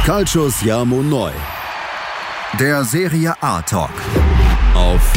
Calcio Siamo Noi. Der Serie A Talk. Auf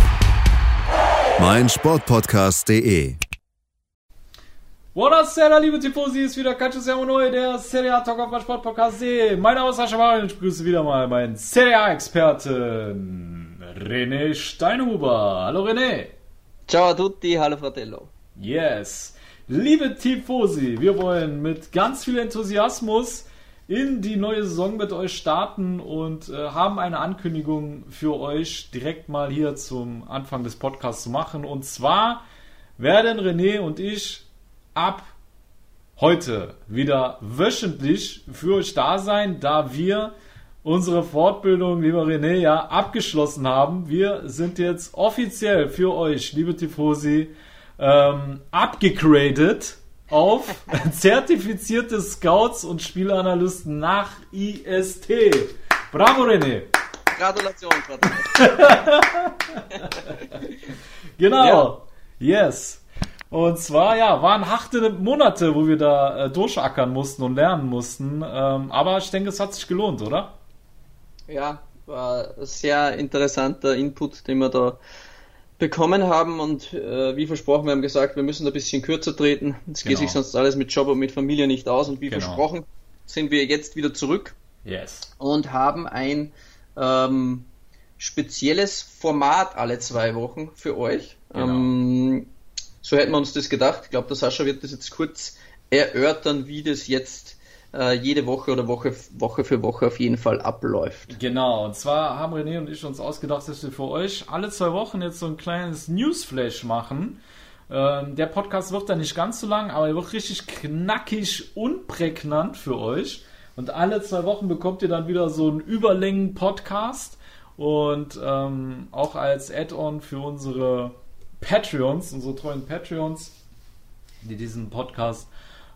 meinsportpodcast.de. Buonasera, liebe Tifosi, ist wieder Calcio Siamo Noi, der Serie A Talk auf meinsportpodcast.de. Mein Name ist Sascha Marin und ich begrüße wieder mal meinen Serie A-Experten René Steinhuber. Hallo René. Ciao a tutti, hallo Fratello. Yes. Liebe Tifosi, wir wollen mit ganz viel Enthusiasmus in die neue Saison mit euch starten und haben eine Ankündigung für euch direkt mal hier zum Anfang des Podcasts zu machen. Und zwar werden René und ich ab heute wieder wöchentlich für euch da sein, da wir unsere Fortbildung, lieber René, ja abgeschlossen haben. Wir sind jetzt offiziell für euch, liebe Tifosi, abgegradet auf zertifizierte Scouts und Spielanalysten nach IST. Bravo, René. Gratulation, Fratello. Genau. Ja. Yes. Und zwar, ja, waren harte Monate, wo wir da durchackern mussten und lernen mussten. Aber ich denke, es hat sich gelohnt, oder? Ja, war ein sehr interessanter Input, den wir da bekommen haben. Und wie versprochen, wir haben gesagt, wir müssen ein bisschen kürzer treten. Es geht sich sonst alles mit Job und mit Familie nicht aus. Und wie versprochen, sind wir jetzt wieder zurück. Yes. Und haben ein spezielles Format alle 2 Wochen für euch. Genau. So hätten wir uns das gedacht. Ich glaube, der Sascha wird das jetzt kurz erörtern, wie das jetzt jede Woche oder Woche für Woche auf jeden Fall abläuft. Genau, und zwar haben René und ich uns ausgedacht, dass wir für euch alle 2 Wochen jetzt so ein kleines Newsflash machen. Der Podcast wird dann nicht ganz so lang, aber er wird richtig knackig und prägnant für euch. Und alle 2 Wochen bekommt ihr dann wieder so einen Überlängen-Podcast und auch als Add-on für unsere Patreons, unsere treuen Patreons, die diesen Podcast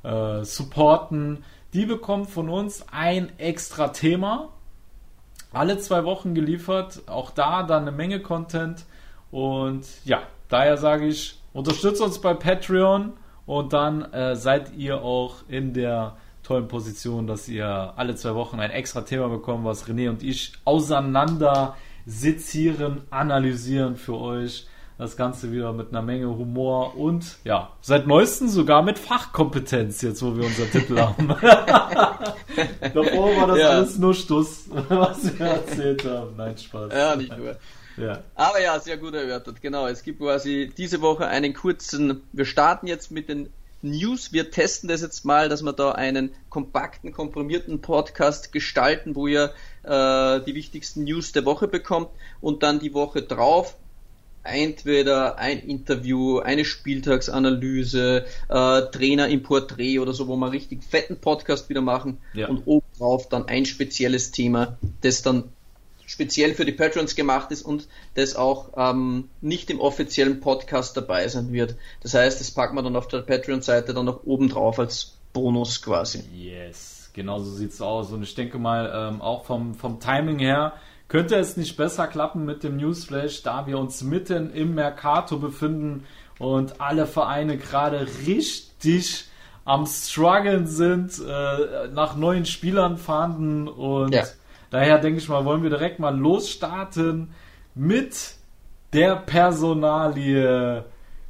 supporten, die bekommen von uns ein extra Thema, alle 2 Wochen geliefert, auch da dann eine Menge Content und ja, daher sage ich, unterstützt uns bei Patreon und dann seid ihr auch in der tollen Position, dass ihr alle 2 Wochen ein extra Thema bekommt, was René und ich auseinander sezieren, analysieren für euch. Das Ganze wieder mit einer Menge Humor und ja, seit neuestem sogar mit Fachkompetenz, jetzt wo wir unser Titel haben. Davor war das alles nur Stuss, was wir erzählt haben. Nein, Spaß. Ja, nicht nur. Ja. Aber ja, sehr gut erörtert. Genau, es gibt quasi diese Woche einen kurzen, wir starten jetzt mit den News, wir testen das jetzt mal, dass wir da einen kompakten, komprimierten Podcast gestalten, wo ihr die wichtigsten News der Woche bekommt und dann die Woche drauf entweder ein Interview, eine Spieltagsanalyse, Trainer im Porträt oder so, wo wir richtig fetten Podcast wieder machen und obendrauf dann ein spezielles Thema, das dann speziell für die Patrons gemacht ist und das auch nicht im offiziellen Podcast dabei sein wird. Das heißt, das packen wir dann auf der Patreon-Seite dann noch obendrauf als Bonus quasi. Yes, genau so sieht's aus und ich denke mal auch vom Timing her könnte es nicht besser klappen mit dem Newsflash, da wir uns mitten im Mercato befinden und alle Vereine gerade richtig am Struggeln sind, nach neuen Spielern fahnden und daher denke ich mal, wollen wir direkt mal losstarten mit der Personalie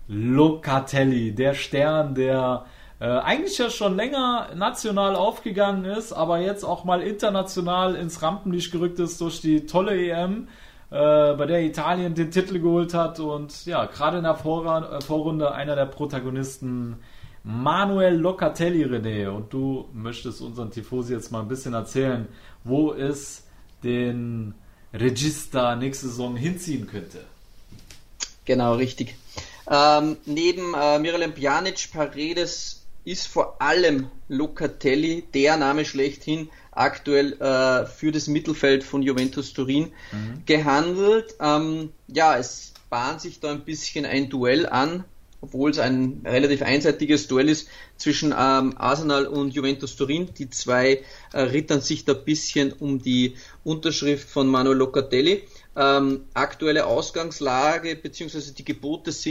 Locatelli, der Stern, der eigentlich ja schon länger national aufgegangen ist, aber jetzt auch mal international ins Rampenlicht gerückt ist durch die tolle EM, bei der Italien den Titel geholt hat und ja, gerade in der Vorrunde einer der Protagonisten, Manuel Locatelli, René. Und du möchtest unseren Tifosi jetzt mal ein bisschen erzählen, wo es den Regista nächste Saison hinziehen könnte. Genau, richtig. Neben Miralem Pjanic, Paredes ist vor allem Locatelli der Name schlechthin aktuell für das Mittelfeld von Juventus Turin gehandelt. Es bahnt sich da ein bisschen ein Duell an, obwohl es ein relativ einseitiges Duell ist zwischen Arsenal und Juventus Turin. Die 2 rittern sich da ein bisschen um die Unterschrift von Manuel Locatelli. Aktuelle Ausgangslage bzw. die Gebote sind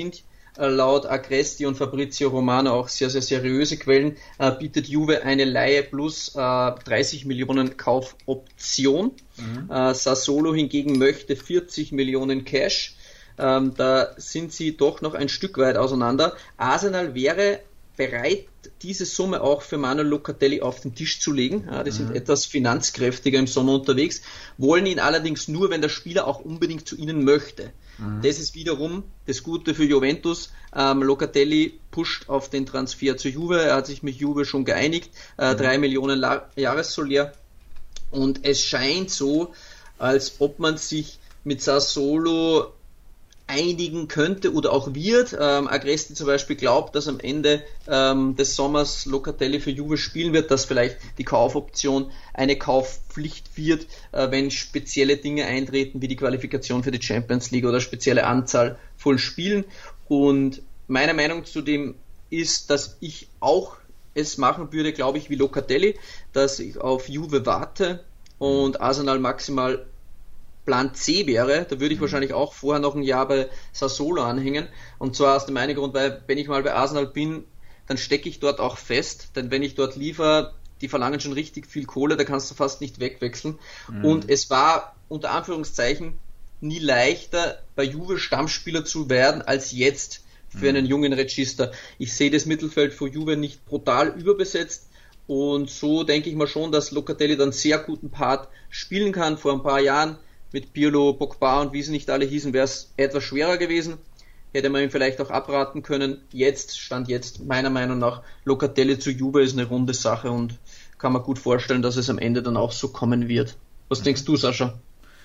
laut Agresti und Fabrizio Romano, auch sehr, sehr seriöse Quellen, bietet Juve eine Leihe plus 30 Millionen Kaufoption. Sassuolo hingegen möchte 40 Millionen Cash. Da sind sie doch noch ein Stück weit auseinander. Arsenal wäre bereit, diese Summe auch für Manuel Locatelli auf den Tisch zu legen. Die sind etwas finanzkräftiger im Sommer unterwegs, wollen ihn allerdings nur, wenn der Spieler auch unbedingt zu ihnen möchte. Das ist wiederum das Gute für Juventus. Locatelli pusht auf den Transfer zu Juve. Er hat sich mit Juve schon geeinigt. 3 Millionen Jahressolär. Und es scheint so, als ob man sich mit Sassuolo einigen könnte oder auch wird. Agresti zum Beispiel glaubt, dass am Ende des Sommers Locatelli für Juve spielen wird, dass vielleicht die Kaufoption eine Kaufpflicht wird, wenn spezielle Dinge eintreten, wie die Qualifikation für die Champions League oder spezielle Anzahl von Spielen. Und meine Meinung zu dem ist, dass ich auch es machen würde, glaube ich, wie Locatelli, dass ich auf Juve warte und Arsenal maximal Plan C wäre, da würde ich wahrscheinlich auch vorher noch ein Jahr bei Sassuolo anhängen. Und zwar aus dem einen Grund, weil wenn ich mal bei Arsenal bin, dann stecke ich dort auch fest. Denn wenn ich dort liefere, die verlangen schon richtig viel Kohle, da kannst du fast nicht wegwechseln. Und es war unter Anführungszeichen nie leichter, bei Juve Stammspieler zu werden, als jetzt für einen jungen Regista. Ich sehe das Mittelfeld für Juve nicht brutal überbesetzt. Und so denke ich mal schon, dass Locatelli dann sehr guten Part spielen kann. Vor ein paar Jahren mit Pirlo, Pogba und wie sie nicht alle hießen, wäre es etwas schwerer gewesen. Hätte man ihm vielleicht auch abraten können. Stand jetzt, meiner Meinung nach, Locatelli zu Juve ist eine runde Sache und kann man gut vorstellen, dass es am Ende dann auch so kommen wird. Was denkst du, Sascha?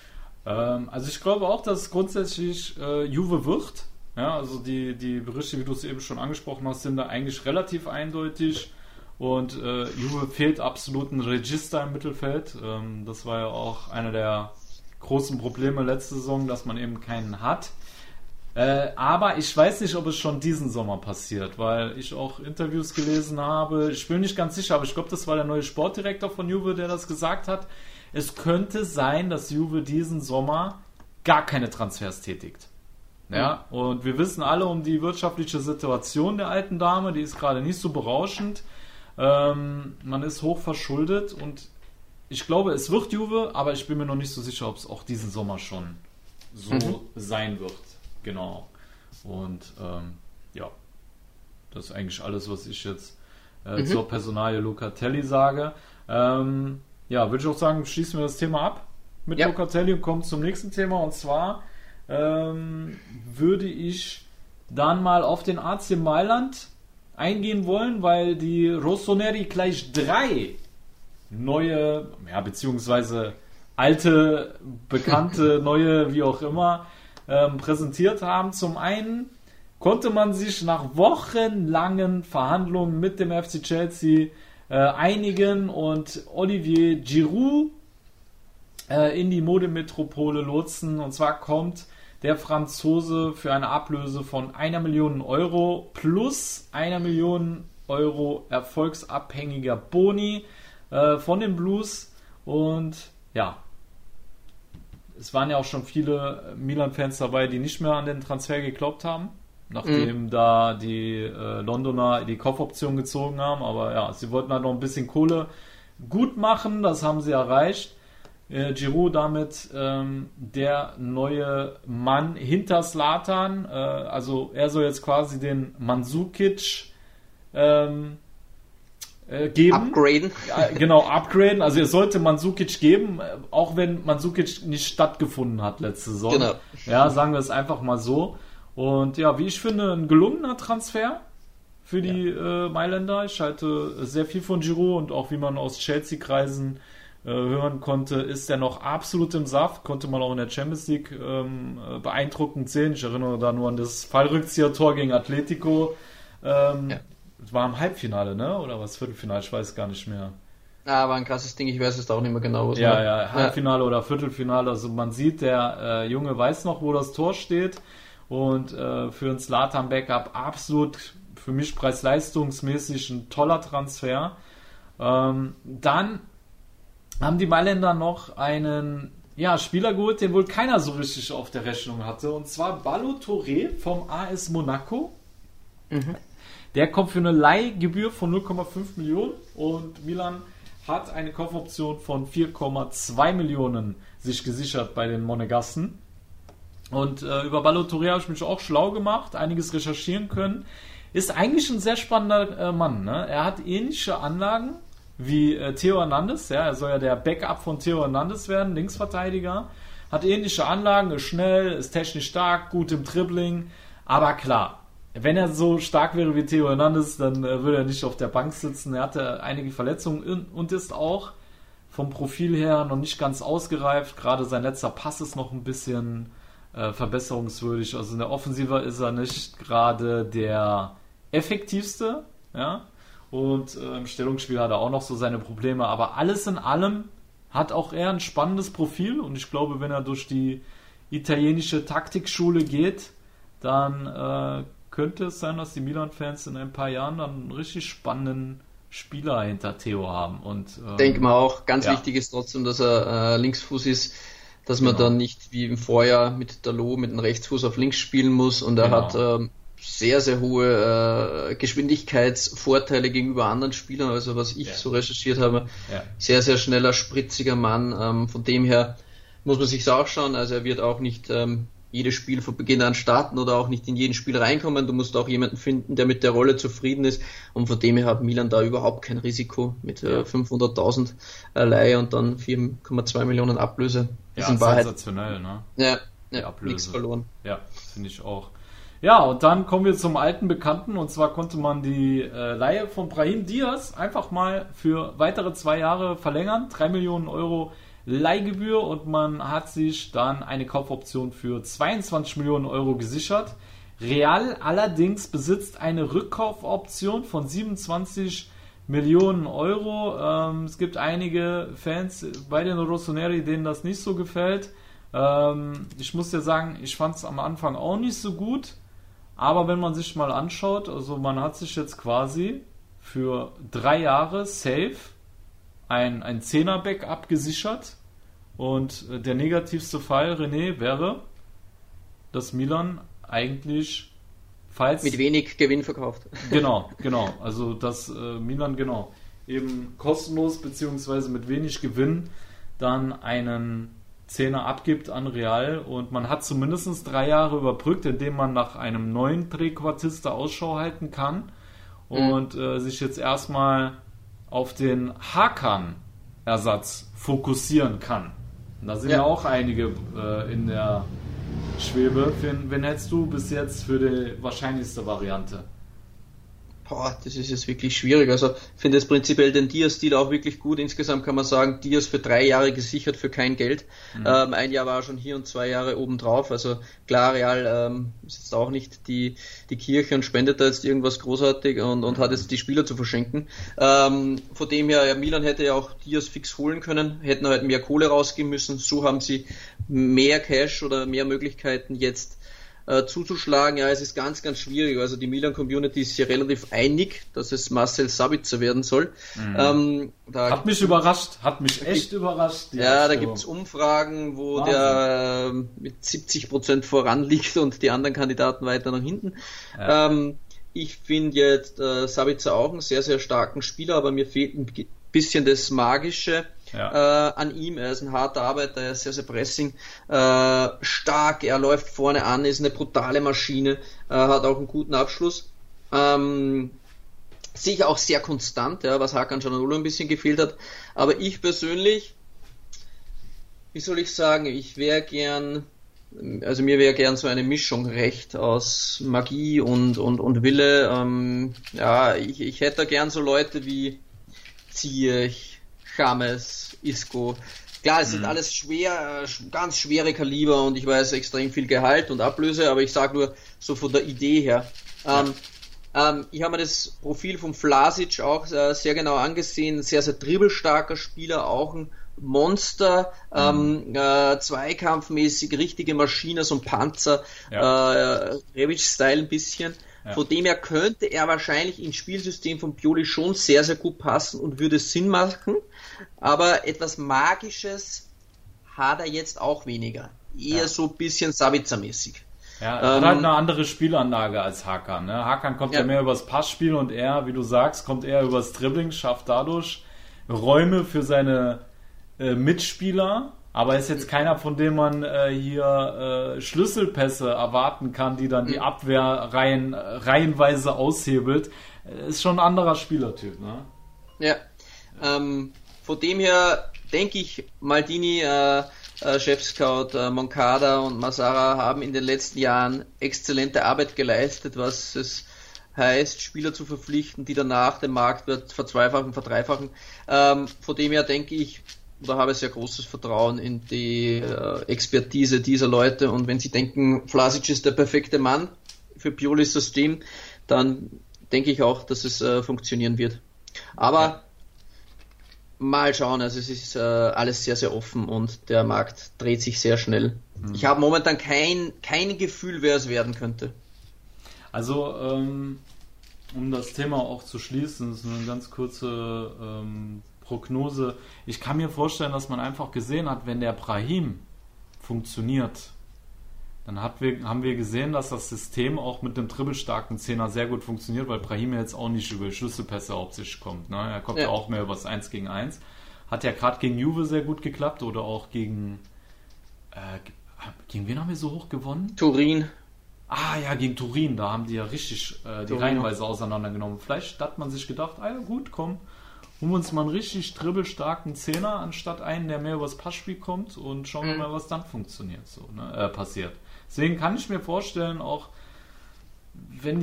Also ich glaube auch, dass grundsätzlich Juve wird. Ja, also die Berichte, wie du es eben schon angesprochen hast, sind da eigentlich relativ eindeutig. Und Juve fehlt absolut ein Regista im Mittelfeld. Das war ja auch einer der großen Probleme letzte Saison, dass man eben keinen hat. Aber ich weiß nicht, ob es schon diesen Sommer passiert, weil ich auch Interviews gelesen habe. Ich bin nicht ganz sicher, aber ich glaube, das war der neue Sportdirektor von Juve, der das gesagt hat. Es könnte sein, dass Juve diesen Sommer gar keine Transfers tätigt. Ja, und wir wissen alle um die wirtschaftliche Situation der alten Dame, die ist gerade nicht so berauschend. Man ist hoch verschuldet und ich glaube, es wird Juve, aber ich bin mir noch nicht so sicher, ob es auch diesen Sommer schon so sein wird. Genau. Und ja, das ist eigentlich alles, was ich jetzt zur Personalie Locatelli sage. Ja, würde ich auch sagen, schließen wir das Thema ab mit Locatelli und kommen zum nächsten Thema. Und zwar würde ich dann mal auf den AC Mailand eingehen wollen, weil die Rossoneri gleich 3 neue, ja, beziehungsweise alte, bekannte, neue, wie auch immer, präsentiert haben. Zum einen konnte man sich nach wochenlangen Verhandlungen mit dem FC Chelsea einigen und Olivier Giroud in die Modemetropole lotsen. Und zwar kommt der Franzose für eine Ablöse von 1 Million Euro plus 1 Million Euro erfolgsabhängiger Boni von den Blues. Und ja, es waren ja auch schon viele Milan-Fans dabei, die nicht mehr an den Transfer geglaubt haben, nachdem da die Londoner die Kaufoption gezogen haben. Aber ja, sie wollten halt noch ein bisschen Kohle gut machen, das haben sie erreicht. Giroud damit der neue Mann hinter Zlatan, also er soll jetzt quasi den Mandzukic geben. Upgraden. Genau, upgraden. Also es sollte Mandzukic geben, auch wenn Mandzukic nicht stattgefunden hat letzte Saison. Genau. Ja, sagen wir es einfach mal so. Und ja, wie ich finde, ein gelungener Transfer für die Mailänder. Ich halte sehr viel von Giroud und auch wie man aus Chelsea-Kreisen hören konnte, ist er noch absolut im Saft. Konnte man auch in der Champions League beeindruckend sehen. Ich erinnere da nur an das Fallrückzieher-Tor gegen Atletico. Es war im Halbfinale, ne? Oder was? Viertelfinale? Ich weiß gar nicht mehr. Ah, war ein krasses Ding. Ich weiß es auch nicht mehr genau. Ja, Halbfinale oder Viertelfinale. Also man sieht, der Junge weiß noch, wo das Tor steht. Und für ein Zlatan-Backup absolut für mich preis-leistungsmäßig ein toller Transfer. Dann haben die Mailänder noch einen Spieler geholt, den wohl keiner so richtig auf der Rechnung hatte. Und zwar Ballo Touré vom AS Monaco. Der kommt für eine Leihgebühr von 0,5 Millionen und Milan hat eine Kaufoption von 4,2 Millionen sich gesichert bei den Monegassen. Und über Ballo Touré habe ich mich auch schlau gemacht, einiges recherchieren können. Ist eigentlich ein sehr spannender Mann. Ne? Er hat ähnliche Anlagen wie Theo Hernandez. Ja? Er soll ja der Backup von Theo Hernandez werden, Linksverteidiger. Hat ähnliche Anlagen, ist schnell, ist technisch stark, gut im Dribbling. Aber klar, wenn er so stark wäre wie Theo Hernandez, dann würde er nicht auf der Bank sitzen. Er hatte einige Verletzungen und ist auch vom Profil her noch nicht ganz ausgereift. Gerade sein letzter Pass ist noch ein bisschen verbesserungswürdig. Also in der Offensive ist er nicht gerade der effektivste. Ja? Und im Stellungsspiel hat er auch noch so seine Probleme. Aber alles in allem hat auch er ein spannendes Profil. Und ich glaube, wenn er durch die italienische Taktikschule geht, dann könnte es sein, dass die Milan-Fans in ein paar Jahren dann einen richtig spannenden Spieler hinter Theo haben. Und denke mal auch, ganz wichtig ist trotzdem, dass er Linksfuß ist, dass man dann nicht wie im Vorjahr mit Dalot mit dem Rechtsfuß auf links spielen muss, und er hat sehr, sehr hohe Geschwindigkeitsvorteile gegenüber anderen Spielern, also was ich so recherchiert habe. Sehr, sehr schneller, spritziger Mann, von dem her muss man sich's auch schauen, also er wird auch nicht jedes Spiel von Beginn an starten oder auch nicht in jedem Spiel reinkommen. Du musst auch jemanden finden, der mit der Rolle zufrieden ist, und von dem her hat Milan da überhaupt kein Risiko mit 500.000 Leihe und dann 4,2 Millionen Ablöse. Ja, sensationell, ne? Ja, nichts verloren. Ja, finde ich auch. Ja, und dann kommen wir zum alten Bekannten, und zwar konnte man die Leihe von Brahim Diaz einfach mal für weitere 2 Jahre verlängern, 3 Millionen Euro Leihgebühr, und man hat sich dann eine Kaufoption für 22 Millionen Euro gesichert. Real allerdings besitzt eine Rückkaufoption von 27 Millionen Euro. Es gibt einige Fans bei den Rossoneri, denen das nicht so gefällt. Ich muss dir sagen, ich fand es am Anfang auch nicht so gut, aber wenn man sich mal anschaut, also man hat sich jetzt quasi für 3 Jahre safe ein 10er-Backup gesichert, und der negativste Fall, René, wäre, dass Milan eigentlich, falls... mit wenig Gewinn verkauft. Genau, also dass Milan eben kostenlos bzw. mit wenig Gewinn dann einen 10er abgibt an Real, und man hat zumindest 3 Jahre überbrückt, indem man nach einem neuen Trequartista Ausschau halten kann und sich jetzt erstmal auf den Hakan-Ersatz fokussieren kann. Und da sind ja auch einige in der Schwebe. Wen hältst du bis jetzt für die wahrscheinlichste Variante? Das ist jetzt wirklich schwierig. Also ich finde jetzt prinzipiell den Diaz-Deal auch wirklich gut. Insgesamt kann man sagen, Diaz für 3 Jahre gesichert für kein Geld. 1 Jahr war er schon hier und 2 Jahre obendrauf. Also klar, Real ist jetzt auch nicht die Kirche und spendet da jetzt irgendwas großartig und hat jetzt die Spieler zu verschenken. Von dem her, Milan hätte ja auch Diaz fix holen können, hätten halt mehr Kohle rausgeben müssen. So haben sie mehr Cash oder mehr Möglichkeiten jetzt zuzuschlagen. Ja, es ist ganz, ganz schwierig. Also die Milan-Community ist hier relativ einig, dass es Marcel Sabitzer werden soll. Hat mich echt überrascht. Ja, da gibt's Umfragen, wo Wahnsinn. Der mit 70% voran liegt und die anderen Kandidaten weiter nach hinten. Ja. Ich finde jetzt Sabitzer auch einen sehr, sehr starken Spieler, aber mir fehlt ein bisschen das Magische an ihm. Er ist ein harter Arbeiter, er ist sehr, sehr pressing, stark, er läuft vorne an, ist eine brutale Maschine, hat auch einen guten Abschluss, sicher auch sehr konstant, was Hakan Çalhanoğlu ein bisschen gefehlt hat, aber ich persönlich, wie soll ich sagen, mir wäre gern so eine Mischung recht aus Magie und Wille. Ich hätte gern so Leute wie Ziyech, James, Isco. Klar, es sind alles ganz schwere Kaliber, und ich weiß extrem viel Gehalt und Ablöse, aber ich sage nur so von der Idee her. Ich habe mir das Profil von Vlasic auch sehr genau angesehen, sehr, sehr dribbelstarker Spieler, auch ein Monster, zweikampfmäßig, richtige Maschine, so ein Panzer, Rebic-Style ein bisschen. Ja. Von dem her könnte er wahrscheinlich ins Spielsystem von Pioli schon sehr, sehr gut passen und würde Sinn machen, aber etwas Magisches hat er jetzt auch weniger. Eher so ein bisschen Sabitzer-mäßig. Ja, er hat halt eine andere Spielanlage als Hakan. Ne? Hakan kommt ja mehr übers Passspiel und er, wie du sagst, kommt eher übers Dribbling, schafft dadurch Räume für seine Mitspieler, aber ist jetzt keiner, von dem man hier Schlüsselpässe erwarten kann, die dann die Abwehr reihenweise aushebelt. Ist schon ein anderer Spielertyp, ne? Ja, von dem her denke ich, Maldini, Chefscout, Moncada und Massara haben in den letzten Jahren exzellente Arbeit geleistet, was es heißt, Spieler zu verpflichten, die danach den Marktwert verzweifachen, verdreifachen. Von dem her denke ich, da habe ich sehr großes Vertrauen in die Expertise dieser Leute, und wenn sie denken, Vlasic ist der perfekte Mann für Piolis System, dann denke ich auch, dass es funktionieren wird. Aber mal schauen, also es ist alles sehr, sehr offen und der Markt dreht sich sehr schnell. Ich habe momentan kein Gefühl, wer es werden könnte. Also, um das Thema auch zu schließen, das ist eine ganz kurze Prognose. Ich kann mir vorstellen, dass man einfach gesehen hat, wenn der Brahim funktioniert, dann haben wir gesehen, dass das System auch mit einem dribbelstarken Zehner sehr gut funktioniert, weil Brahim jetzt auch nicht über Schlüsselpässe hauptsächlich kommt. Ne? Er kommt ja auch mehr über das 1 gegen 1. Hat ja gerade gegen Juve sehr gut geklappt oder auch gegen wen haben wir so hoch gewonnen? Turin. Ah ja, gegen Turin, da haben die ja richtig die reihenweise auseinandergenommen. Vielleicht hat man sich gedacht, ja gut, komm, holen wir uns mal einen richtig dribbelstarken Zehner, anstatt einen, der mehr übers Passspiel kommt, und schauen wir mal, was dann funktioniert, passiert. Deswegen kann ich mir vorstellen, auch wenn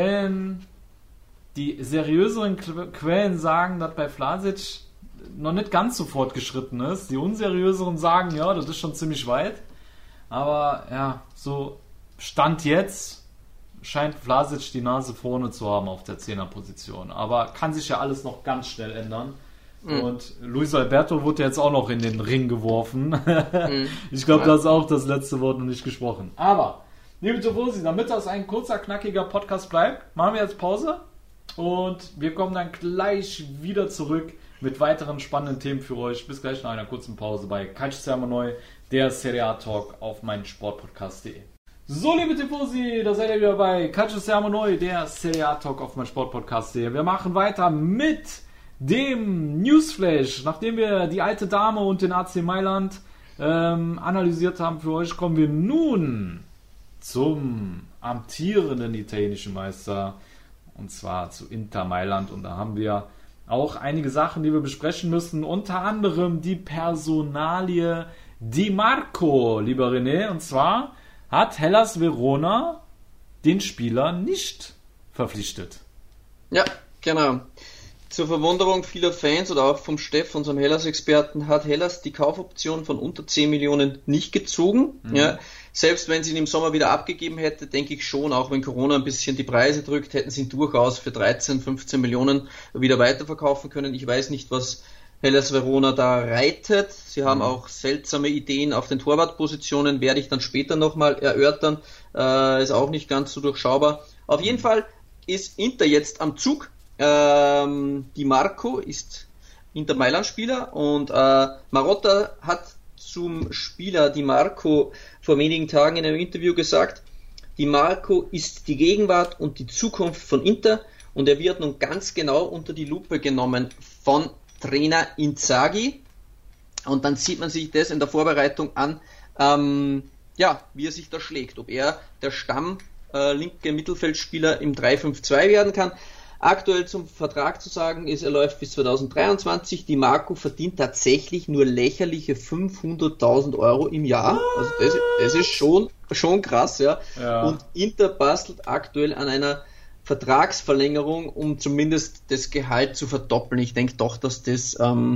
die seriöseren Quellen sagen, dass bei Vlasic noch nicht ganz so fortgeschritten ist, die unseriöseren sagen, ja, das ist schon ziemlich weit, aber ja, so Stand jetzt scheint Vlasic die Nase vorne zu haben auf der 10er-Position. Aber kann sich ja alles noch ganz schnell ändern. Und Luis Alberto wurde jetzt auch noch in den Ring geworfen. Ich glaube, da ist auch das letzte Wort noch nicht gesprochen. Aber, liebe Tifosi, damit das ein kurzer, knackiger Podcast bleibt, machen wir jetzt Pause. Und wir kommen dann gleich wieder zurück mit weiteren spannenden Themen für euch. Bis gleich nach einer kurzen Pause bei Calcio Siamo Noi, der Serie A Talk auf meinsportpodcast.de. So, liebe Tifosi, da seid ihr wieder bei Calcio Siamo Noi, der Serie A Talk auf meinsportpodcast.de. Wir machen weiter mit dem Newsflash. Nachdem wir die alte Dame und den AC Mailand analysiert haben für euch, kommen wir nun zum amtierenden italienischen Meister, und zwar zu Inter Mailand. Und da haben wir auch einige Sachen, die wir besprechen müssen, unter anderem die Personalie Di Marco, lieber René, und zwar hat Hellas Verona den Spieler nicht verpflichtet. Ja, genau. Zur Verwunderung vieler Fans oder auch vom Steff, unserem Hellas-Experten, hat Hellas die Kaufoption von unter 10 Millionen nicht gezogen. Ja, selbst wenn sie ihn im Sommer wieder abgegeben hätte, denke ich schon, auch wenn Corona ein bisschen die Preise drückt, hätten sie ihn durchaus für 13, 15 Millionen wieder weiterverkaufen können. Ich weiß nicht, was Hellas Verona da reitet. Sie haben auch seltsame Ideen auf den Torwartpositionen, werde ich dann später nochmal erörtern. Ist auch nicht ganz so durchschaubar. Auf jeden Fall ist Inter jetzt am Zug. Di Marco ist Inter Mailand Spieler und Marotta hat zum Spieler Di Marco vor wenigen Tagen in einem Interview gesagt, Di Marco ist die Gegenwart und die Zukunft von Inter, und er wird nun ganz genau unter die Lupe genommen von Trainer Inzaghi, und dann sieht man sich das in der Vorbereitung an, wie er sich da schlägt, ob er der linke Mittelfeldspieler im 3-5-2 werden kann. Aktuell zum Vertrag zu sagen ist, er läuft bis 2023. Di Marco verdient tatsächlich nur lächerliche 500.000 Euro im Jahr. Also das ist schon krass, ja. Und Inter bastelt aktuell an einer Vertragsverlängerung, um zumindest das Gehalt zu verdoppeln. Ich denke doch, dass das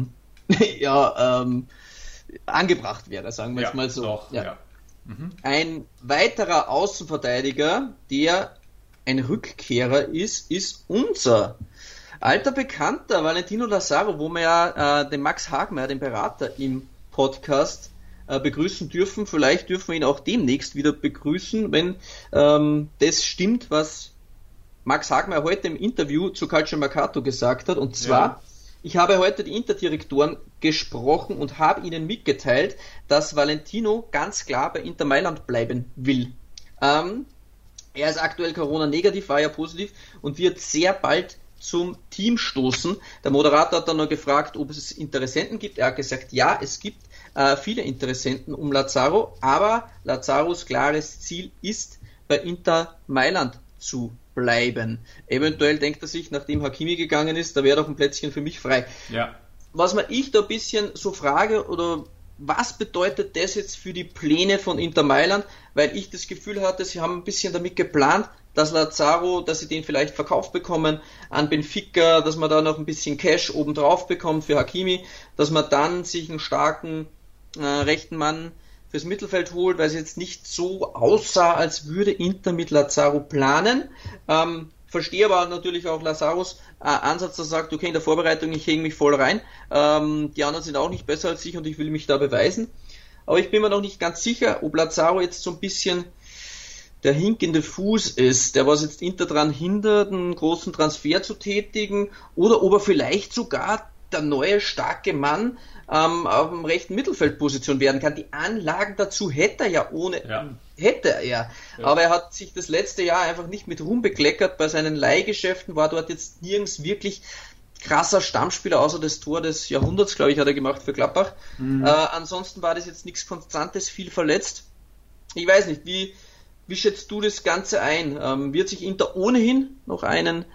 angebracht wäre, sagen wir jetzt mal so. Doch, Ein weiterer Außenverteidiger, der ein Rückkehrer ist unser alter Bekannter Valentino Lazaro, wo wir ja den Max Hagmeier, den Berater im Podcast, begrüßen dürfen. Vielleicht dürfen wir ihn auch demnächst wieder begrüßen, wenn das stimmt, was Max Hagmeier heute im Interview zu Calcio Mercato gesagt hat. Und zwar Ich habe heute die Inter-Direktoren gesprochen und habe ihnen mitgeteilt, dass Valentino ganz klar bei Inter Mailand bleiben will. Er ist aktuell Corona-negativ, war ja positiv und wird sehr bald zum Team stoßen. Der Moderator hat dann noch gefragt, ob es Interessenten gibt. Er hat gesagt, ja, es gibt viele Interessenten um Lazaro, aber Lazaros klares Ziel ist, bei Inter Mailand zu bleiben. Eventuell denkt er sich, nachdem Hakimi gegangen ist, da wäre doch ein Plätzchen für mich frei. Ja. Was man ich da ein bisschen so frage, oder was bedeutet das jetzt für die Pläne von Inter Mailand? Weil ich das Gefühl hatte, sie haben ein bisschen damit geplant, dass Lazaro, dass sie den vielleicht verkauft bekommen an Benfica, dass man da noch ein bisschen Cash obendrauf bekommt für Hakimi, dass man dann sich einen starken rechten Mann fürs Mittelfeld holt, weil es jetzt nicht so aussah, als würde Inter mit Lazaro planen. Verstehe aber natürlich auch Lazaros Ansatz, der sagt, okay, in der Vorbereitung, ich hänge mich voll rein. Die anderen sind auch nicht besser als ich und ich will mich da beweisen. Aber ich bin mir noch nicht ganz sicher, ob Lazaro jetzt so ein bisschen der hinkende Fuß ist, der was jetzt Inter daran hindert, einen großen Transfer zu tätigen, oder ob er vielleicht sogar der neue starke Mann auf dem rechten Mittelfeldposition werden kann. Die Anlagen dazu hätte er ja hätte er. Ja. Aber er hat sich das letzte Jahr einfach nicht mit Ruhm bekleckert. Bei seinen Leihgeschäften war dort jetzt nirgends wirklich krasser Stammspieler, außer das Tor des Jahrhunderts, glaube ich, hat er gemacht für Gladbach. Ansonsten war das jetzt nichts Konstantes, viel verletzt. Ich weiß nicht, wie schätzt du das Ganze ein? Wird sich Inter ohnehin noch einen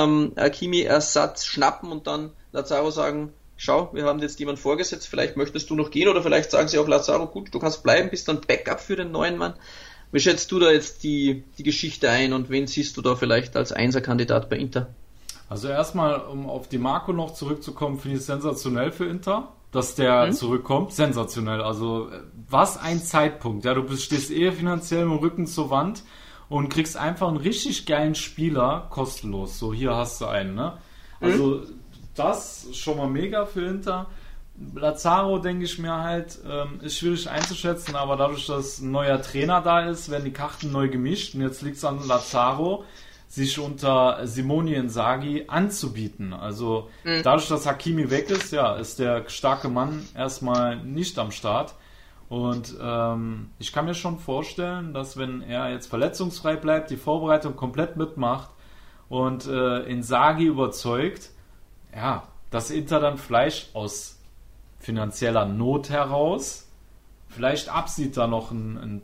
Hakimi-Ersatz schnappen und dann Lazaro sagen, schau, wir haben jetzt jemanden vorgesetzt, vielleicht möchtest du noch gehen, oder vielleicht sagen sie auch Lazaro, gut, du kannst bleiben, bist dann Backup für den neuen Mann. Wie schätzt du da jetzt die Geschichte ein und wen siehst du da vielleicht als Einserkandidat bei Inter? Also erstmal, um auf Di Marco noch zurückzukommen, finde ich es sensationell für Inter, dass der zurückkommt. Sensationell. Also was ein Zeitpunkt. Ja, du stehst finanziell mit dem Rücken zur Wand und kriegst einfach einen richtig geilen Spieler kostenlos. So, hier hast du einen, ne? Also das schon mal mega für Inter. Lazaro, denke ich mir halt, ist schwierig einzuschätzen, aber dadurch, dass ein neuer Trainer da ist, werden die Karten neu gemischt und jetzt liegt es an Lazaro, sich unter Simone Inzaghi anzubieten. Also dadurch, dass Hakimi weg ist, ja, ist der starke Mann erstmal nicht am Start. Und ich kann mir schon vorstellen, dass wenn er jetzt verletzungsfrei bleibt, die Vorbereitung komplett mitmacht und Inzaghi überzeugt, ja, dass Inter dann vielleicht aus finanzieller Not heraus vielleicht absieht, da noch ein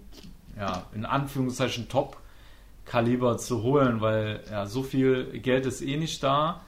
in Anführungszeichen Top-Kaliber zu holen, weil ja, so viel Geld ist nicht da.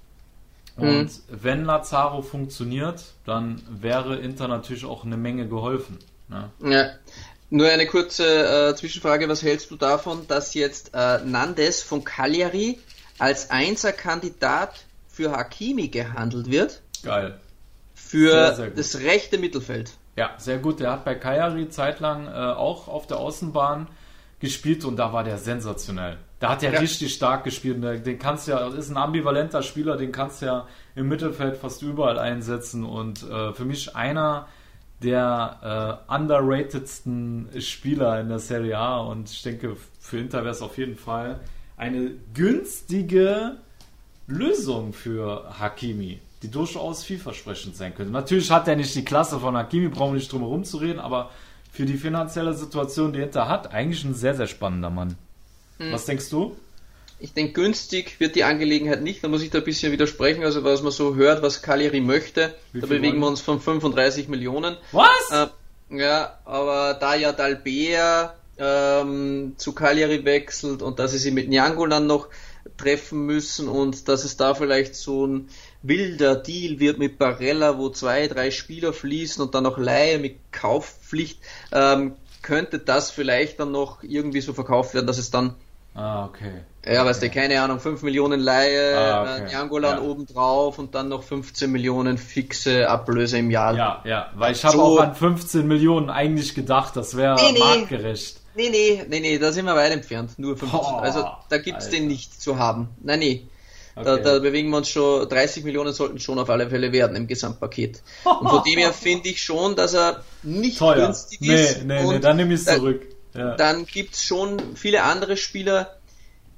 Und wenn Lazaro funktioniert, dann wäre Inter natürlich auch eine Menge geholfen. Ne? Ja. Nur eine kurze Zwischenfrage, was hältst du davon, dass jetzt Nandes von Cagliari als Einserkandidat für Hakimi gehandelt wird? Geil. Für sehr, sehr gut. Das rechte Mittelfeld. Ja, sehr gut. Der hat bei Cagliari zeitlang auch auf der Außenbahn gespielt und da war der sensationell. Da hat er richtig stark gespielt. Den kannst ja, ist ein ambivalenter Spieler, den kannst du ja im Mittelfeld fast überall einsetzen und für mich einer der underratedsten Spieler in der Serie A und ich denke, für Inter wäre es auf jeden Fall eine günstige Lösung für Hakimi, die durchaus vielversprechend sein könnte. Natürlich hat er nicht die Klasse von Hakimi, brauchen wir nicht drum herum zu reden, aber für die finanzielle Situation, die Inter hat, eigentlich ein sehr, sehr spannender Mann. Was denkst du? Ich denke, günstig wird die Angelegenheit nicht, da muss ich da ein bisschen widersprechen, also was man so hört, was Cagliari möchte, da bewegen wir uns von 35 Millionen. Was? Ja, aber da ja Dalbea zu Cagliari wechselt und dass sie sich mit Nainggolan noch treffen müssen und dass es da vielleicht so ein wilder Deal wird mit Barella, wo 2-3 Spieler fließen und dann noch Leihe mit Kaufpflicht, könnte das vielleicht dann noch irgendwie so verkauft werden, dass es dann okay. Ja, weißt du, keine Ahnung, 5 Millionen Leihe, Nainggolan obendrauf und dann noch 15 Millionen fixe Ablöse im Jahr. Ja, weil ich habe auch an 15 Millionen eigentlich gedacht, das wäre marktgerecht. Nee, da sind wir weit entfernt, nur 15. Also da gibt's den nicht zu haben. Nein. Okay. Da bewegen wir uns schon, 30 Millionen sollten schon auf alle Fälle werden im Gesamtpaket. Und von dem her finde ich schon, dass er nicht teuer. Günstig ist. Nee, dann nehme ich es zurück. Ja. Dann gibt's schon viele andere Spieler,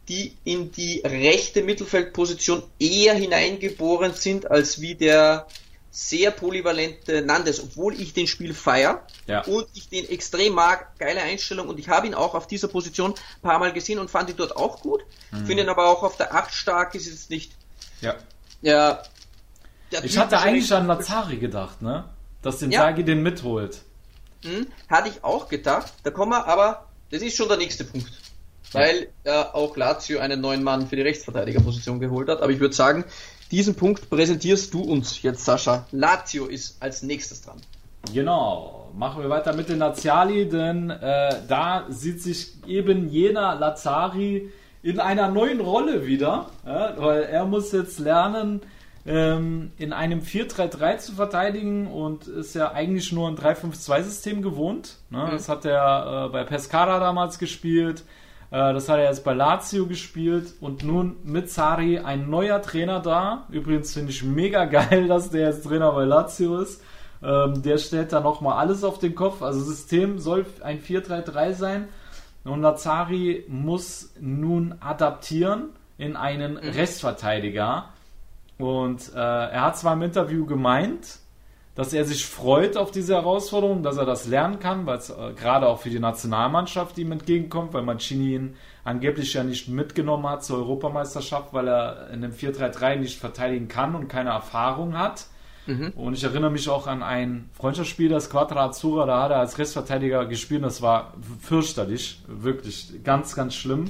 die in die rechte Mittelfeldposition eher hineingeboren sind, als wie der sehr polyvalente Nandes, obwohl ich den Spiel feiere und ich den extrem mag, geile Einstellung, und ich habe ihn auch auf dieser Position ein paar Mal gesehen und fand ihn dort auch gut, finde ihn aber auch auf der 8 stark, ist jetzt nicht... Ja. Ich hatte eigentlich an Lazzari gedacht, ne? Dass den Sagi den mitholt. Hatte ich auch gedacht, da kommen wir, aber das ist schon der nächste Punkt, weil auch Lazio einen neuen Mann für die Rechtsverteidigerposition geholt hat, aber ich würde sagen, diesen Punkt präsentierst du uns jetzt, Sascha. Lazio ist als nächstes dran. Genau, machen wir weiter mit den Laziali, denn da sieht sich eben jener Lazzari in einer neuen Rolle wieder, weil er muss jetzt lernen, in einem 4-3-3 zu verteidigen und ist ja eigentlich nur ein 3-5-2-System gewohnt. Ne? Das hat er bei Pescara damals gespielt. Das hat er jetzt bei Lazio gespielt und nun mit Sarri ein neuer Trainer da. Übrigens finde ich mega geil, dass der jetzt Trainer bei Lazio ist. Der stellt da nochmal alles auf den Kopf. Also System soll ein 4-3-3 sein und Lazzari muss nun adaptieren in einen Rechtsverteidiger. Und er hat zwar im Interview gemeint, dass er sich freut auf diese Herausforderung, dass er das lernen kann, weil es gerade auch für die Nationalmannschaft ihm entgegenkommt, weil Mancini ihn angeblich ja nicht mitgenommen hat zur Europameisterschaft, weil er in einem 4-3-3 nicht verteidigen kann und keine Erfahrung hat. Und ich erinnere mich auch an ein Freundschaftsspiel, das Squadra Azzurra, da hat er als Rechtsverteidiger gespielt, das war fürchterlich, wirklich ganz, ganz schlimm.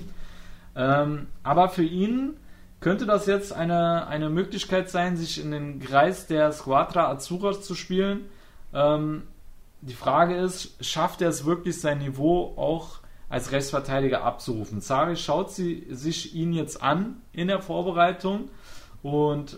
Aber für ihn könnte das jetzt eine Möglichkeit sein, sich in den Kreis der Squadra Azzurra zu spielen? Die Frage ist, schafft er es wirklich, sein Niveau auch als Rechtsverteidiger abzurufen? Sarri schaut sich ihn jetzt an in der Vorbereitung und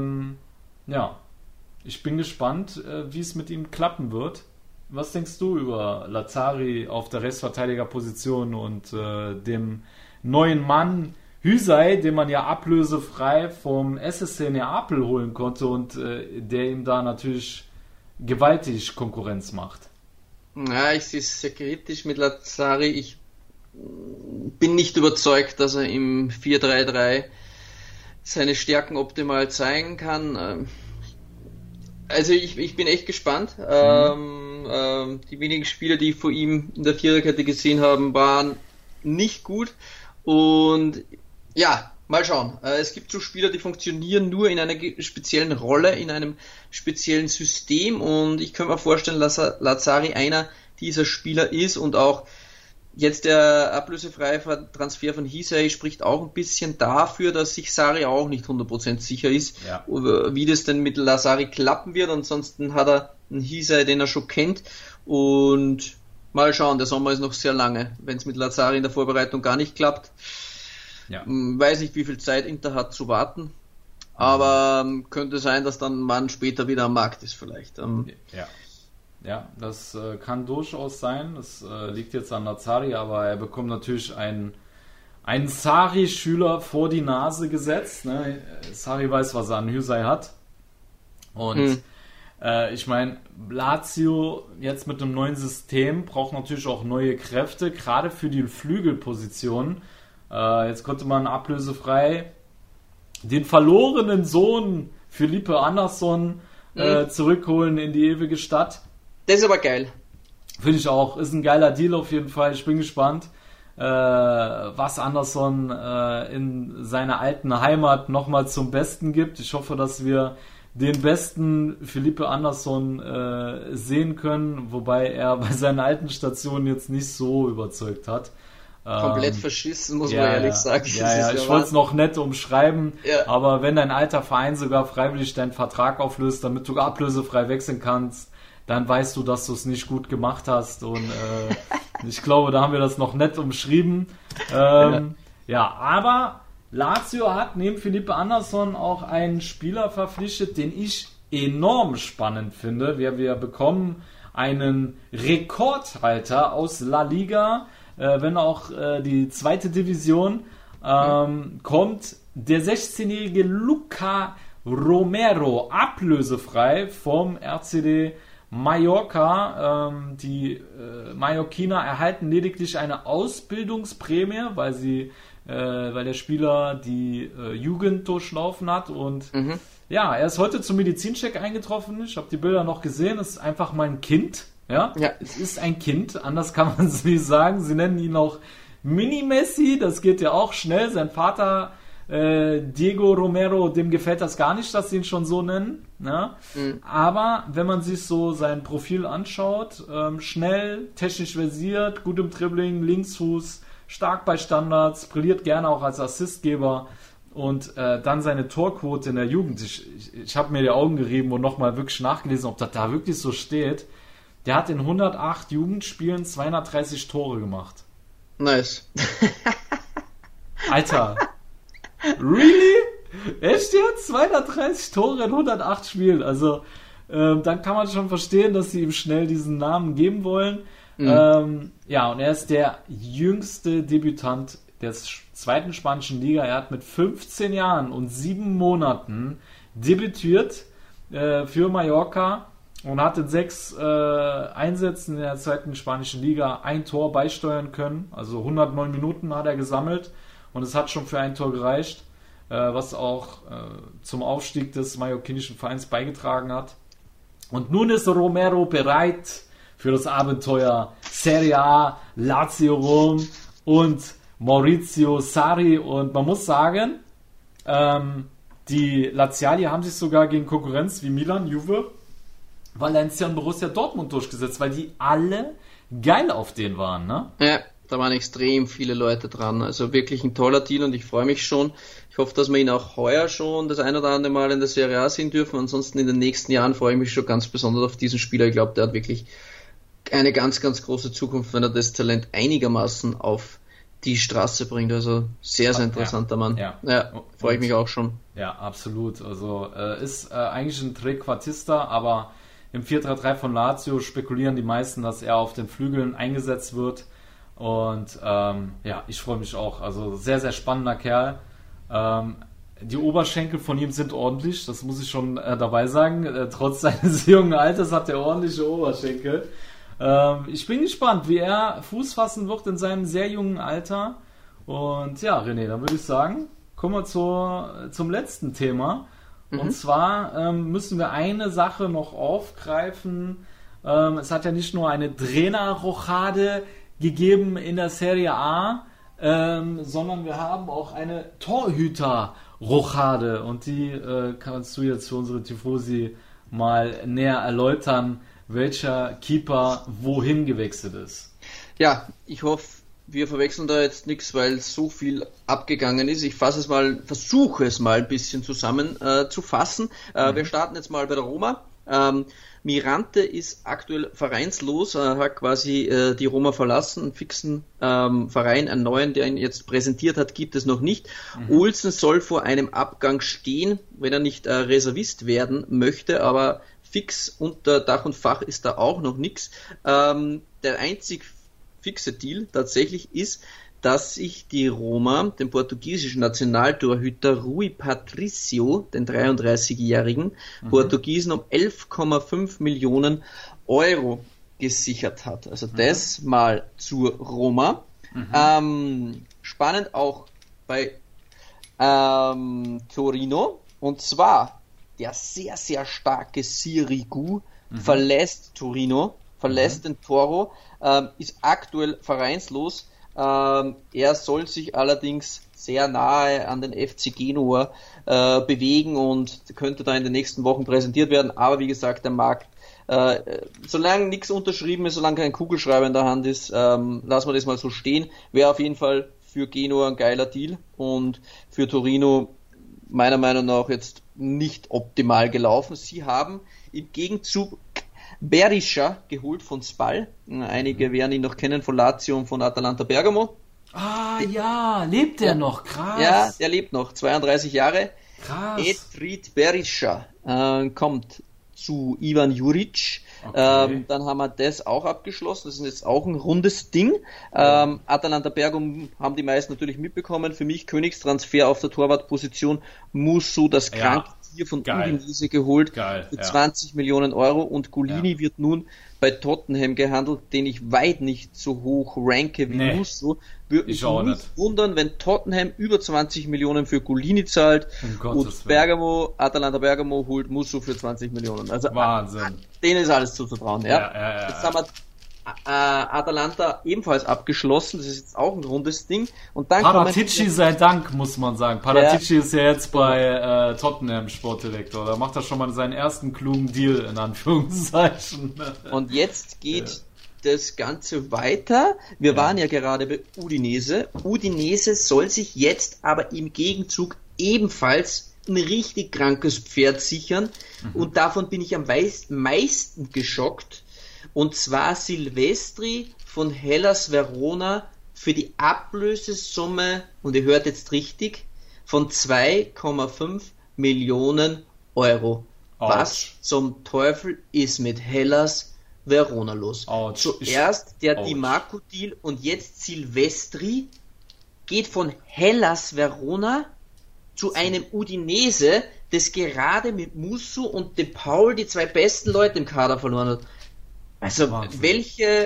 ich bin gespannt, wie es mit ihm klappen wird. Was denkst du über Lazzari auf der Rechtsverteidigerposition und dem neuen Mann Hysaj, den man ja ablösefrei vom SSC Neapel holen konnte und der ihm da natürlich gewaltig Konkurrenz macht? Ja, ich sehe es sehr kritisch mit Lazzari. Ich bin nicht überzeugt, dass er im 4-3-3 seine Stärken optimal zeigen kann. Also ich bin echt gespannt. Die wenigen Spiele, die ich vor ihm in der Viererkette gesehen habe, waren nicht gut. Und ja, mal schauen. Es gibt so Spieler, die funktionieren nur in einer speziellen Rolle, in einem speziellen System, und ich könnte mir vorstellen, dass Lazzari einer dieser Spieler ist, und auch jetzt der ablösefreie Transfer von Hysaj spricht auch ein bisschen dafür, dass sich Sarri auch nicht 100% sicher ist, wie das denn mit Lazzari klappen wird. Ansonsten hat er einen Hysaj, den er schon kennt, und mal schauen, der Sommer ist noch sehr lange. Wenn es mit Lazzari in der Vorbereitung gar nicht klappt, weiß nicht, wie viel Zeit Inter hat zu warten, aber könnte sein, dass dann man später wieder am Markt ist vielleicht. Ja, das kann durchaus sein. Das liegt jetzt an Lazzari, aber er bekommt natürlich einen Sarri-Schüler vor die Nase gesetzt. Ne? Sarri weiß, was er an Hysaj hat. Und ich meine, Lazio jetzt mit einem neuen System braucht natürlich auch neue Kräfte, gerade für die Flügelposition. Jetzt konnte man ablösefrei den verlorenen Sohn Felipe Anderson zurückholen in die ewige Stadt. Das ist aber geil. Finde ich auch. Ist ein geiler Deal auf jeden Fall. Ich bin gespannt, was Anderson in seiner alten Heimat nochmal zum Besten gibt. Ich hoffe, dass wir den besten Felipe Anderson sehen können, wobei er bei seinen alten Stationen jetzt nicht so überzeugt hat. Komplett verschissen, muss man ehrlich sagen. Ja, ich wollte es noch nett umschreiben, aber wenn dein alter Verein sogar freiwillig deinen Vertrag auflöst, damit du ablösefrei wechseln kannst, dann weißt du, dass du es nicht gut gemacht hast, und ich glaube, da haben wir das noch nett umschrieben. Aber Lazio hat neben Felipe Anderson auch einen Spieler verpflichtet, den ich enorm spannend finde. Wir bekommen einen Rekordhalter aus La Liga, wenn auch die zweite Division, kommt der 16-jährige Luca Romero ablösefrei vom RCD Mallorca. Die Mallorquiner erhalten lediglich eine Ausbildungsprämie, weil sie weil der Spieler die Jugend durchlaufen hat und ja, er ist heute zum Medizincheck eingetroffen. Ich habe die Bilder noch gesehen. Es ist einfach mein Kind. Ja, es ist ein Kind. Anders kann man es nicht sagen. Sie nennen ihn auch Mini-Messi. Das geht ja auch schnell. Sein Vater Diego Romero, dem gefällt das gar nicht, dass sie ihn schon so nennen. Ja? Aber wenn man sich so sein Profil anschaut, schnell, technisch versiert, gut im Dribbling, Linksfuß, stark bei Standards, brilliert gerne auch als Assistgeber. Und dann seine Torquote in der Jugend. Ich habe mir die Augen gerieben und nochmal wirklich nachgelesen, ob das da wirklich so steht. Der hat in 108 Jugendspielen 230 Tore gemacht. Nice. Alter. Really? Echt jetzt? 230 Tore in 108 Spielen. Also, dann kann man schon verstehen, dass sie ihm schnell diesen Namen geben wollen. Ja, und er ist der jüngste Debütant der zweiten spanischen Liga. Er hat mit 15 Jahren und 7 Monaten debütiert für Mallorca und hat in 6 Einsätzen in der zweiten spanischen Liga ein Tor beisteuern können. Also 109 Minuten hat er gesammelt und es hat schon für ein Tor gereicht, was auch zum Aufstieg des mallorquinischen Vereins beigetragen hat. Und nun ist Romero bereit für das Abenteuer Serie A, Lazio Rom und Maurizio Sarri, und man muss sagen, die Laziali haben sich sogar gegen Konkurrenz wie Milan, Juve, Valencia und Borussia Dortmund durchgesetzt, weil die alle geil auf den waren, ne? Ja, da waren extrem viele Leute dran, also wirklich ein toller Deal und ich freue mich schon. Ich hoffe, dass wir ihn auch heuer schon das ein oder andere Mal in der Serie A sehen dürfen, ansonsten in den nächsten Jahren freue ich mich schon ganz besonders auf diesen Spieler. Ich glaube, der hat wirklich eine ganz, ganz große Zukunft, wenn er das Talent einigermaßen auf die Straße bringt, also sehr, sehr interessanter Mann. Ja, freue ich mich auch schon. Ja, absolut. Also ist eigentlich ein Trequartista, aber im 4-3-3 von Lazio spekulieren die meisten, dass er auf den Flügeln eingesetzt wird. Und ja, ich freue mich auch. Also sehr, sehr spannender Kerl. Die Oberschenkel von ihm sind ordentlich, das muss ich schon dabei sagen. Trotz seines jungen Alters hat er ordentliche Oberschenkel. Ich bin gespannt, wie er Fuß fassen wird in seinem sehr jungen Alter. Und ja, René, dann würde ich sagen, kommen wir zum letzten Thema. Und zwar müssen wir eine Sache noch aufgreifen. Es hat ja nicht nur eine Trainerrochade gegeben in der Serie A, sondern wir haben auch eine Torhüterrochade. Und die kannst du jetzt für unsere Tifosi mal näher erläutern, welcher Keeper wohin gewechselt ist. Ja, ich hoffe, wir verwechseln da jetzt nichts, weil so viel abgegangen ist. Ich versuche es mal ein bisschen zusammen zu fassen. Wir starten jetzt mal bei der Roma. Mirante ist aktuell vereinslos, hat quasi die Roma verlassen, einen fixen Verein, einen neuen, der ihn jetzt präsentiert hat, gibt es noch nicht. Olsen soll vor einem Abgang stehen, wenn er nicht Reservist werden möchte, aber fix unter Dach und Fach ist da auch noch nichts. Der einzig fixe Deal tatsächlich ist, dass sich die Roma den portugiesischen Nationaltorhüter Rui Patricio, den 33-jährigen Portugiesen, um 11,5 Millionen Euro gesichert hat. Also das mal zur Roma. Spannend auch bei Torino, und zwar der sehr, sehr starke Sirigu verlässt Torino, verlässt den Toro, ist aktuell vereinslos. Er soll sich allerdings sehr nahe an den FC Genua bewegen und könnte da in den nächsten Wochen präsentiert werden. Aber wie gesagt, der Markt, solange nichts unterschrieben ist, solange kein Kugelschreiber in der Hand ist, lassen wir das mal so stehen. Wäre auf jeden Fall für Genua ein geiler Deal und für Torino meiner Meinung nach jetzt nicht optimal gelaufen. Sie haben im Gegenzug Berisha geholt von Spal. Einige werden ihn noch kennen von Lazio und von Atalanta Bergamo. Ah ja, lebt er noch? Krass. Ja, der lebt noch, 32 Jahre. Krass. Edrit Berisha kommt zu Ivan Juric. Okay. Dann haben wir das auch abgeschlossen. Das ist jetzt auch ein rundes Ding. Atalanta Bergamo haben die meisten natürlich mitbekommen. Für mich Königstransfer auf der Torwartposition. Musso, das hier von Udinese geholt für 20 Millionen Euro und Golini wird nun bei Tottenham gehandelt, den ich weit nicht so hoch ranke wie Musso. Würde mich nicht wundern, wenn Tottenham über 20 Millionen für Golini zahlt und Atalanta Bergamo holt Musso für 20 Millionen. Also Wahnsinn. Denen ist alles zuzutrauen. Jetzt haben wir Atalanta ebenfalls abgeschlossen, das ist jetzt auch ein rundes Ding. Und dann Paratici sei Dank, muss man sagen. Paratici ist ja jetzt bei Tottenham Sportdirektor. Da macht er schon mal seinen ersten klugen Deal, in Anführungszeichen. Und jetzt geht das Ganze weiter. Wir waren ja gerade bei Udinese. Udinese soll sich jetzt aber im Gegenzug ebenfalls ein richtig krankes Pferd sichern. Und davon bin ich am meisten geschockt. Und zwar Silvestri von Hellas Verona für die Ablösesumme, und ihr hört jetzt richtig, von 2,5 Millionen Euro. Ouch. Was zum Teufel ist mit Hellas Verona los? Ouch. Zuerst der Di Marco-Deal und jetzt Silvestri geht von Hellas Verona zu einem Udinese, das gerade mit Musso und De Paul die zwei besten Leute im Kader verloren hat. Also welche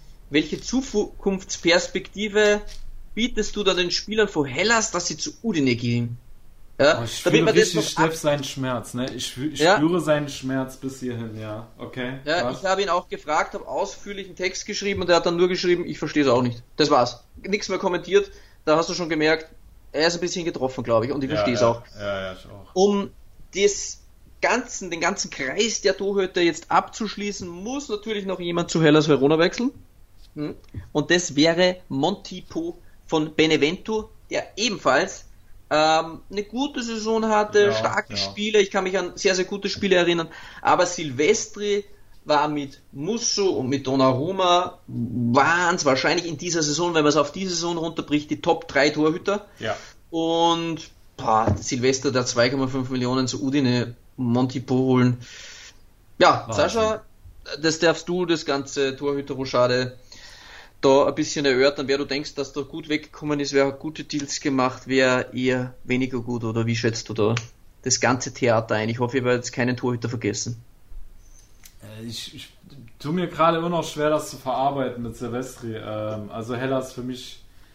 Zukunftsperspektive bietest du da den Spielern von Hellas, dass sie zu Udine gehen? Ja, ich spüre richtig Steff seinen Schmerz, ne? Ich spüre seinen Schmerz bis hierhin, ja. Okay. Ja, ich habe ihn auch gefragt, habe ausführlich einen Text geschrieben und er hat dann nur geschrieben, ich verstehe es auch nicht. Das war's. Nichts mehr kommentiert. Da hast du schon gemerkt, er ist ein bisschen getroffen, glaube ich, und ich verstehe es auch. Ja, ich auch. Um den ganzen Kreis der Torhüter jetzt abzuschließen, muss natürlich noch jemand zu Hellas Verona wechseln. Und das wäre Montipo von Benevento, der ebenfalls eine gute Saison hatte, starke Spiele. Ich kann mich an sehr, sehr gute Spiele erinnern. Aber Silvestri war mit Musso und mit Donnarumma waren es wahrscheinlich in dieser Saison, wenn man es auf die Saison runterbricht, die Top 3 Torhüter. Ja. Und Silvester, der 2,5 Millionen zu Udine, Montipo holen. Ja, Wahnsinn. Sascha, das darfst du, das ganze Torhüter-Rochade, da ein bisschen erörtern, wer du denkst, dass da gut weggekommen ist, wer hat gute Deals gemacht, wer eher weniger gut, oder wie schätzt du da das ganze Theater ein? Ich hoffe, ihr werdet jetzt keinen Torhüter vergessen. Ich tue mir gerade immer noch schwer, das zu verarbeiten mit Silvestri. Also Hellas für mich,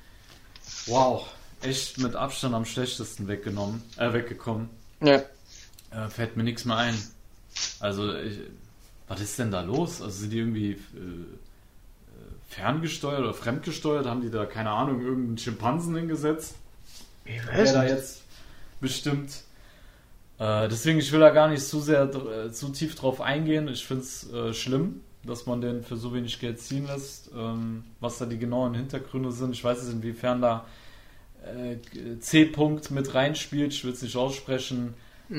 echt mit Abstand am schlechtesten weggekommen. Ja. Fällt mir nichts mehr ein. Also, was ist denn da los? Also sind die irgendwie ferngesteuert oder fremdgesteuert? Haben die da, keine Ahnung, irgendeinen Schimpansen hingesetzt? Ich weiß nicht. Der da jetzt bestimmt. Deswegen, ich will da gar nicht zu tief drauf eingehen. Ich finde es schlimm, dass man den für so wenig Geld ziehen lässt. Was da die genauen Hintergründe sind. Ich weiß nicht, inwiefern da C-Punkt mit reinspielt. Ich will es nicht aussprechen.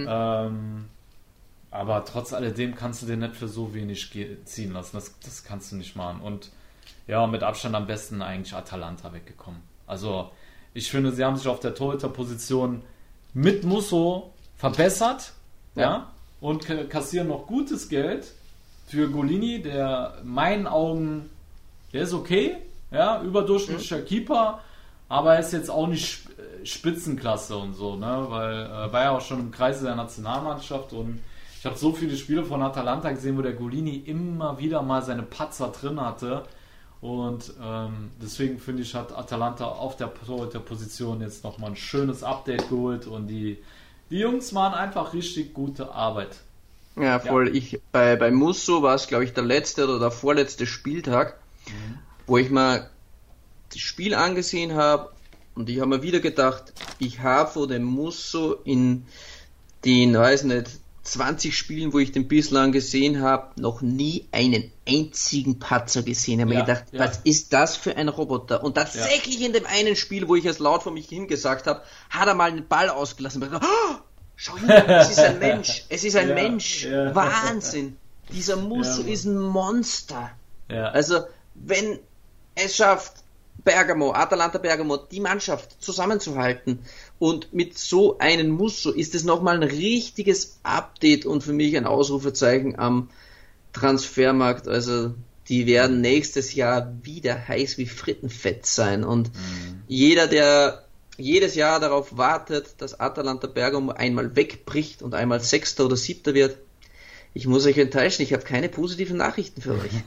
Aber trotz alledem kannst du den nicht für so wenig ziehen lassen. Das kannst du nicht machen. Und ja, mit Abstand am besten eigentlich Atalanta weggekommen. Also ich finde, sie haben sich auf der Torhüterposition mit Musso verbessert, ja, und kassieren noch gutes Geld für Golini, der in meinen Augen, der ist okay, ja, überdurchschnittlicher Keeper, aber er ist jetzt auch nicht Spitzenklasse und so, ne, weil war ja auch schon im Kreise der Nationalmannschaft und ich habe so viele Spiele von Atalanta gesehen, wo der Golini immer wieder mal seine Patzer drin hatte und deswegen finde ich, hat Atalanta auf der Position jetzt nochmal ein schönes Update geholt und die Jungs machen einfach richtig gute Arbeit. Ja, voll. Ja. Bei Musso war es, glaube ich, der letzte oder der vorletzte Spieltag, wo ich mal das Spiel angesehen habe und ich habe mir wieder gedacht, ich habe vor dem Musso in den, 20 Spielen, wo ich den bislang gesehen habe, noch nie einen einzigen Patzer gesehen. Ich habe mir gedacht, was ist das für ein Roboter? Und tatsächlich in dem einen Spiel, wo ich es laut vor mich hingesagt habe, hat er mal einen Ball ausgelassen. Und ich dachte, schau hin, es ist ein Mensch. Es ist ein Mensch. Ja. Wahnsinn. Dieser Musso ist ein Monster. Ja. Also, wenn es schafft, Atalanta Bergamo, die Mannschaft zusammenzuhalten und mit so einem Musso ist es nochmal ein richtiges Update und für mich ein Ausrufezeichen am Transfermarkt. Also die werden nächstes Jahr wieder heiß wie Frittenfett sein und jeder, der jedes Jahr darauf wartet, dass Atalanta Bergamo einmal wegbricht und einmal Sechster oder Siebter wird. Ich muss euch enttäuschen, ich habe keine positiven Nachrichten für euch.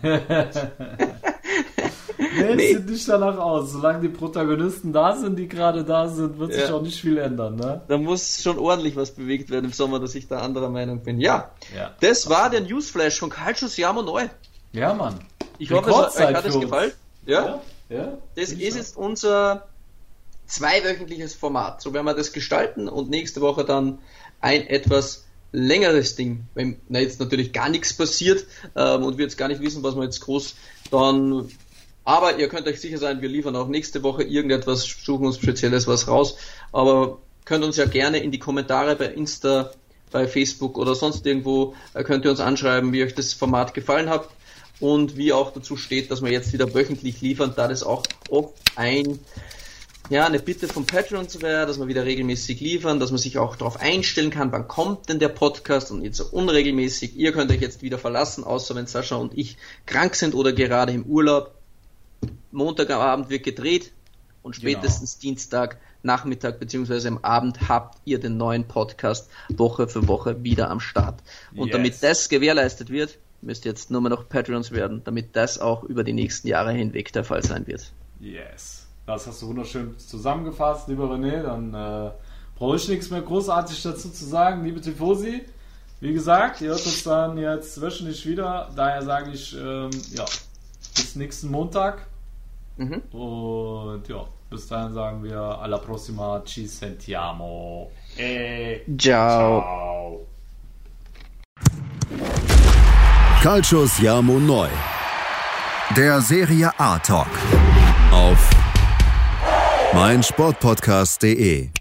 Nee, sieht nicht danach aus. Solange die Protagonisten da sind, die gerade da sind, wird sich auch nicht viel ändern. Ne? Da muss schon ordentlich was bewegt werden im Sommer, dass ich da anderer Meinung bin. Ja. Das war der Newsflash von Calcio Siamo Neu. Ja, Mann. Ich hoffe, euch hat es gefallen. Ja. Das ist jetzt unser 2-wöchentliches Format. So werden wir das gestalten und nächste Woche dann ein etwas längeres Ding. Wenn jetzt natürlich gar nichts passiert und wir jetzt gar nicht wissen, was wir jetzt groß dann... Aber ihr könnt euch sicher sein, wir liefern auch nächste Woche irgendetwas, suchen uns Spezielles was raus. Aber könnt uns ja gerne in die Kommentare bei Insta, bei Facebook oder sonst irgendwo, könnt ihr uns anschreiben, wie euch das Format gefallen hat und wie auch dazu steht, dass wir jetzt wieder wöchentlich liefern, da das auch oft eine Bitte von Patreons wäre, dass wir wieder regelmäßig liefern, dass man sich auch darauf einstellen kann, wann kommt denn der Podcast und nicht so unregelmäßig. Ihr könnt euch jetzt wieder verlassen, außer wenn Sascha und ich krank sind oder gerade im Urlaub. Montagabend wird gedreht und spätestens Dienstag Nachmittag bzw. am Abend habt ihr den neuen Podcast Woche für Woche wieder am Start. Und damit das gewährleistet wird, müsst ihr jetzt nur noch Patreons werden, damit das auch über die nächsten Jahre hinweg der Fall sein wird. Yes. Das hast du wunderschön zusammengefasst, lieber René. Dann brauche ich nichts mehr großartig dazu zu sagen. Liebe Tifosi, wie gesagt, ihr hört uns dann jetzt wöchentlich wieder. Daher sage ich, bis nächsten Montag. Und bis dahin sagen wir alla prossima, ci sentiamo. Ciao. Calcio Siamo Neu. Der Serie A Talk auf meinsportpodcast.de